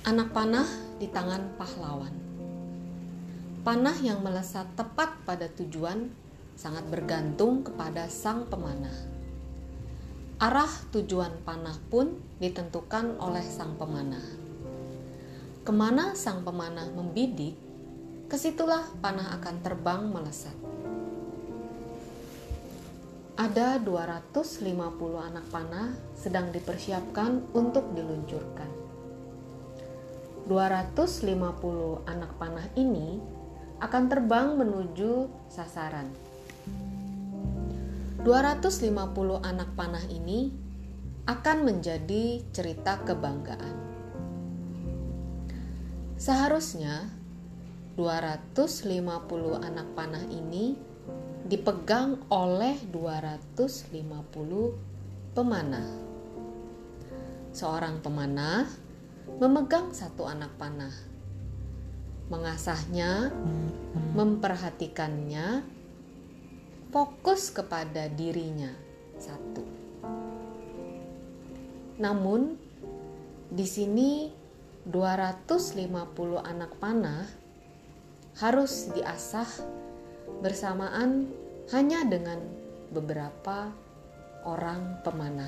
Anak panah di tangan pahlawan. Panah yang melesat tepat pada tujuan sangat bergantung kepada sang pemanah. Arah tujuan panah pun ditentukan oleh sang pemanah. Kemana sang pemanah membidik, kesitulah panah akan terbang melesat. Ada 250 anak panah sedang dipersiapkan untuk diluncurkan. 250 anak panah ini akan terbang menuju sasaran. 250 anak panah ini akan menjadi cerita kebanggaan. Seharusnya 250 anak panah ini dipegang oleh 250 pemanah. Seorang pemanah memegang satu anak panah, mengasahnya, memperhatikannya, fokus kepada dirinya satu. Namun di sini 250 anak panah harus diasah bersamaan hanya dengan beberapa orang pemanah.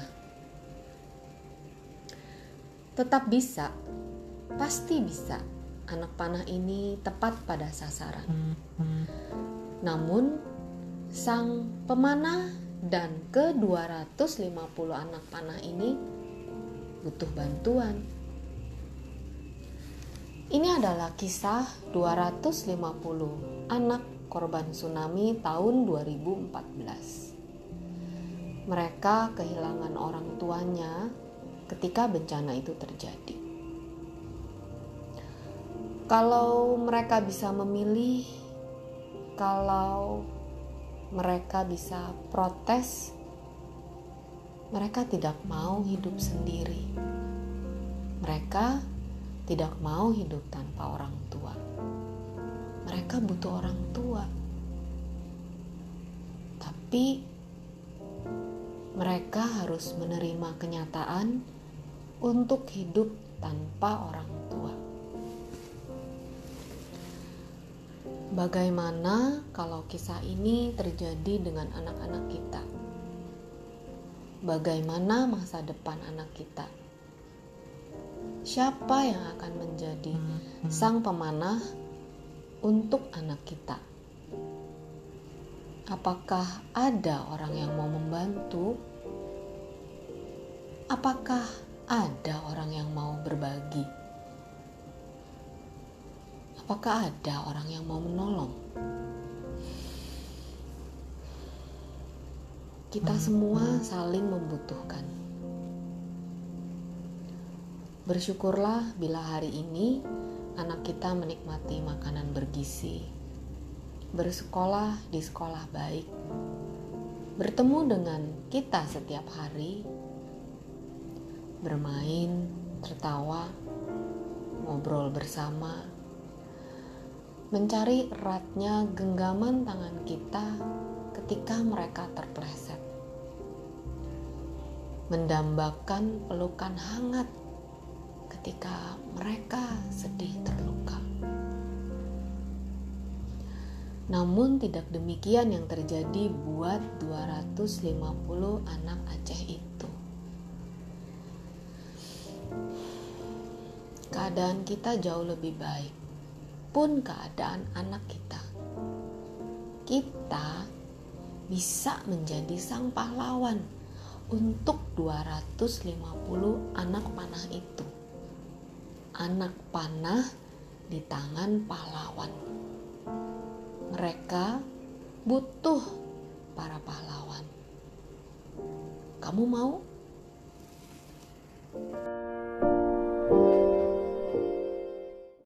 Tetap bisa, pasti bisa anak panah ini tepat pada sasaran. Namun sang pemanah dan ke-250 anak panah ini butuh bantuan. Ini adalah kisah 250 anak korban tsunami tahun 2014. Mereka kehilangan orang tuanya ketika bencana itu terjadi. Kalau mereka bisa memilih, kalau mereka bisa protes, mereka tidak mau hidup sendiri. Mereka tidak mau hidup tanpa orang tua. Mereka butuh orang tua. Tapi mereka harus menerima kenyataan untuk hidup tanpa orang tua. Bagaimana kalau kisah ini terjadi dengan anak-anak kita? Bagaimana masa depan anak kita? Siapa yang akan menjadi sang pemanah untuk anak kita? Apakah ada orang yang mau membantu? Apakah ada orang yang mau berbagi? Apakah ada orang yang mau menolong? Kita semua saling membutuhkan. Bersyukurlah bila hari ini anak kita menikmati makanan bergizi, bersekolah di sekolah baik, bertemu dengan kita setiap hari, bermain, tertawa, ngobrol bersama, mencari eratnya genggaman tangan kita ketika mereka terpleset, mendambakan pelukan hangat ketika mereka sedih terluka. Namun tidak demikian yang terjadi buat 250 anak Aceh itu. Keadaan kita jauh lebih baik pun keadaan anak kita. Kita bisa menjadi sang pahlawan untuk 250 anak panah itu. Anak panah di tangan pahlawan. Mereka butuh para pahlawan. Kamu mau?